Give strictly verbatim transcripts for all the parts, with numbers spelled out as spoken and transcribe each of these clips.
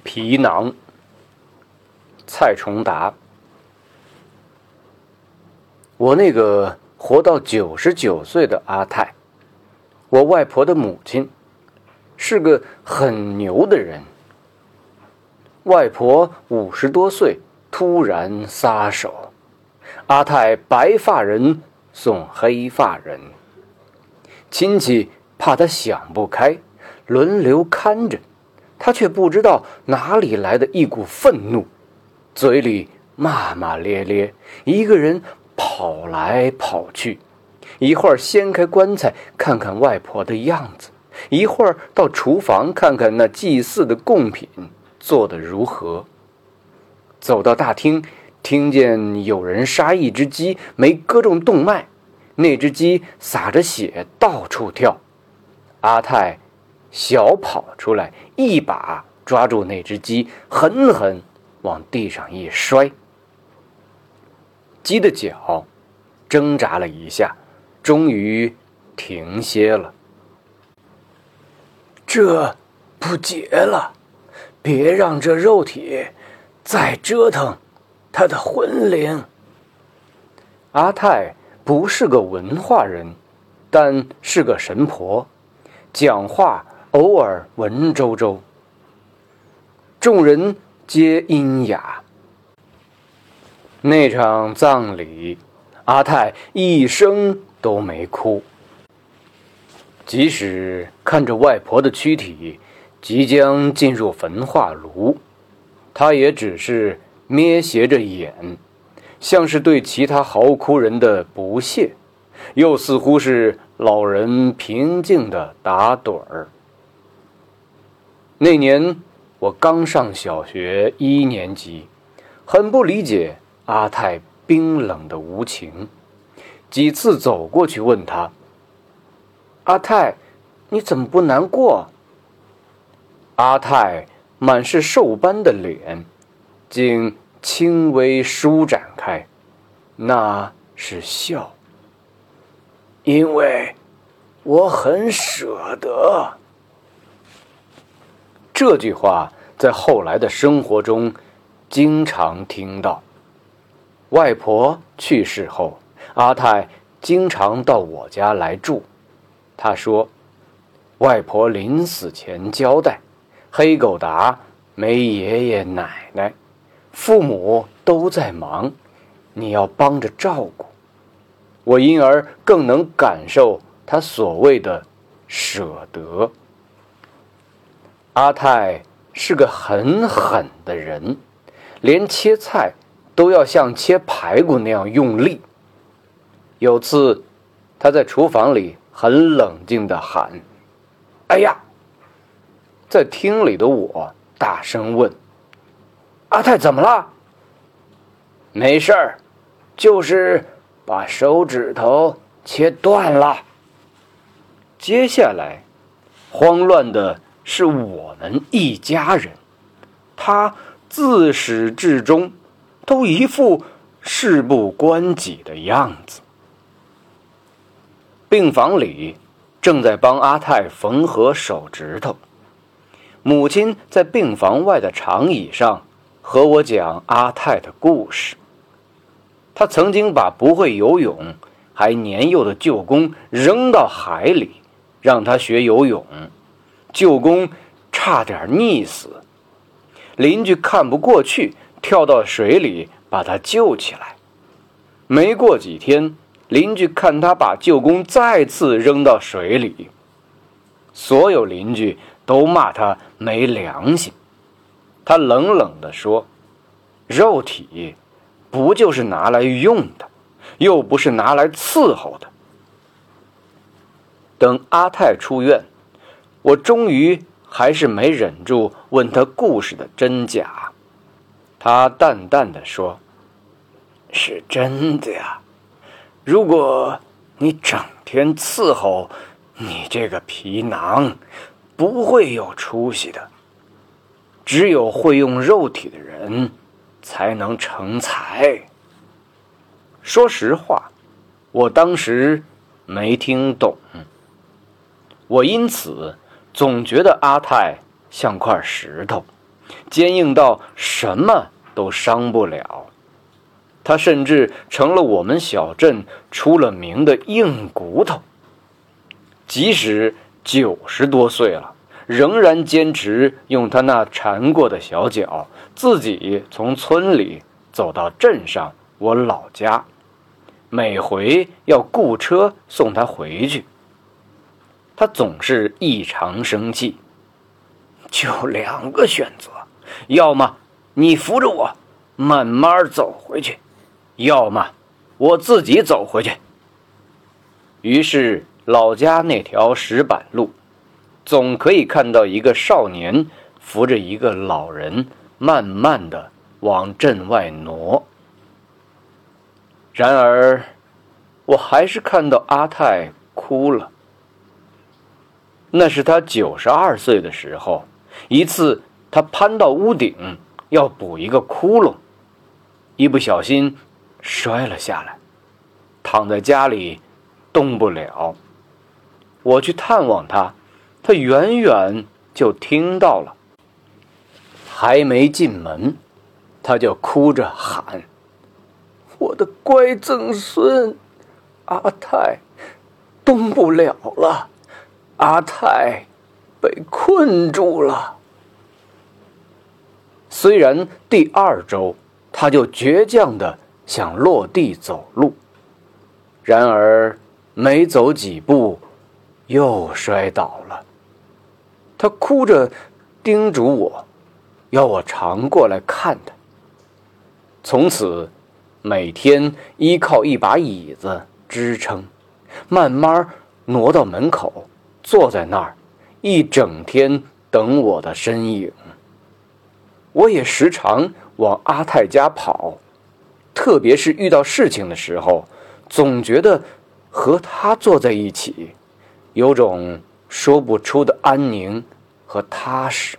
皮囊，蔡崇达。我那个活到九十九岁的阿泰，我外婆的母亲，是个很牛的人。外婆五十多岁突然撒手，阿泰白发人送黑发人，亲戚怕他想不开，轮流看着他，却不知道哪里来的一股愤怒，嘴里骂骂咧咧，一个人跑来跑去，一会儿掀开棺材看看外婆的样子，一会儿到厨房看看那祭祀的贡品做得如何。走到大厅，听见有人杀一只鸡，没割中动脉，那只鸡洒着血到处跳。阿泰小跑出来，一把抓住那只鸡，狠狠往地上一摔。鸡的脚挣扎了一下，终于停歇了。这不结了，别让这肉体再折腾他的魂灵。阿泰不是个文化人，但是个神婆，讲话偶尔文绉绉。众人皆阴雅。那场葬礼，阿泰一声都没哭。即使看着外婆的躯体即将进入焚化炉，他也只是咩斜着眼，像是对其他嚎哭人的不屑，又似乎是老人平静的打盹儿。那年我刚上小学一年级，很不理解阿泰冰冷的无情，几次走过去问他：阿泰，你怎么不难过？阿泰满是皱斑的脸竟轻微舒展开，那是笑。因为我很舍得。这句话在后来的生活中经常听到。外婆去世后，阿泰经常到我家来住。他说，外婆临死前交代，黑狗达没爷爷奶奶，父母都在忙，你要帮着照顾。我因而更能感受他所谓的舍得。阿泰是个很狠的人，连切菜都要像切排骨那样用力。有次他在厨房里很冷静地喊：哎呀！在厅里的我大声问：阿泰怎么了？没事儿，就是把手指头切断了。接下来慌乱的是我们一家人，他自始至终都一副事不关己的样子。病房里正在帮阿泰缝合手指头，母亲在病房外的长椅上和我讲阿泰的故事。他曾经把不会游泳还年幼的舅公扔到海里，让他学游泳，舅公差点溺死，邻居看不过去，跳到水里把他救起来。没过几天，邻居看他把舅公再次扔到水里，所有邻居都骂他没良心。他冷冷地说，肉体不就是拿来用的，又不是拿来伺候的。等阿泰出院，我终于还是没忍住问他故事的真假。他淡淡地说，是真的呀，如果你整天伺候你这个皮囊，不会有出息的。只有会用肉体的人才能成才。说实话，我当时没听懂，我因此总觉得阿泰像块石头， 坚硬到什么都伤不了。他甚至成了我们小镇出了名的硬骨头。即使九十多岁了，仍然坚持用他那缠过的小脚，自己从村里走到镇上我老家，每回要雇车送他回去。他总是异常生气，就两个选择，要么你扶着我慢慢走回去，要么我自己走回去。于是老家那条石板路，总可以看到一个少年扶着一个老人慢慢地往镇外挪。然而我还是看到阿泰哭了。那是他九十二岁的时候，一次他攀到屋顶要补一个窟窿，一不小心摔了下来，躺在家里动不了。我去探望他，他远远就听到了，还没进门，他就哭着喊：我的乖曾孙阿泰动不了了，阿泰被困住了。虽然第二周他就倔强地想落地走路，然而没走几步又摔倒了。他哭着叮嘱我，要我常过来看他。从此每天依靠一把椅子支撑，慢慢挪到门口，坐在那儿一整天等我的身影。我也时常往阿泰家跑，特别是遇到事情的时候，总觉得和他坐在一起，有种说不出的安宁和踏实。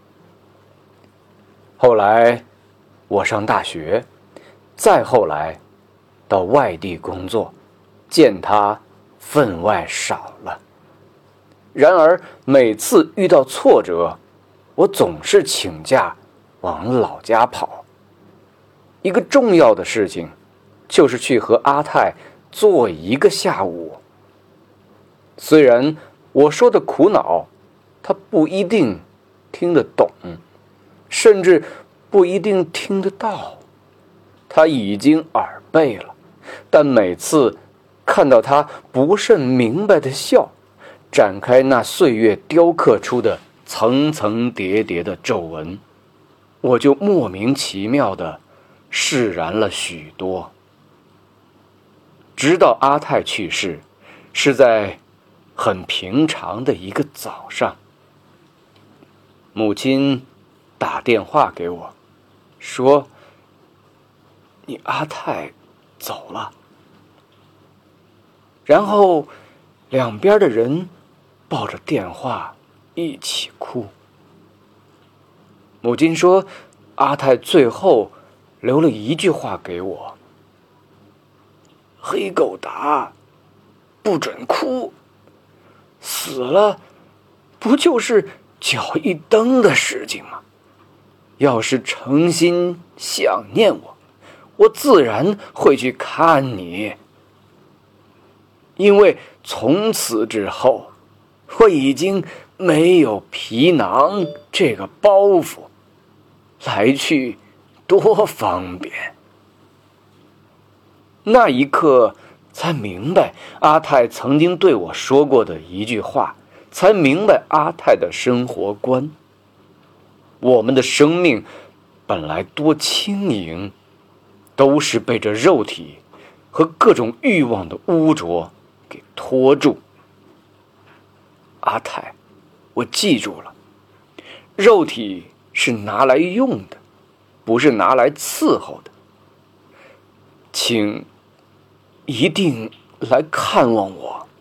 后来我上大学，再后来到外地工作，见他分外少了。然而每次遇到挫折，我总是请假往老家跑。一个重要的事情就是去和阿泰坐一个下午。虽然我说的苦恼他不一定听得懂，甚至不一定听得到，他已经耳背了，但每次看到他不甚明白的笑，展开那岁月雕刻出的层层叠叠的皱纹，我就莫名其妙地释然了许多。直到阿泰去世，是在很平常的一个早上，母亲打电话给我，说：你阿泰走了。然后两边的人抱着电话一起哭。母亲说，阿泰最后留了一句话给我：黑狗达，不准哭，死了不就是脚一蹬的事情吗？要是诚心想念我，我自然会去看你。因为从此之后，我已经没有皮囊这个包袱，来去多方便。那一刻才明白阿泰曾经对我说过的一句话，才明白阿泰的生活观。我们的生命本来多轻盈，都是被这肉体和各种欲望的污浊给拖住。阿泰，我记住了，肉体是拿来用的，不是拿来伺候的。请一定来看望我。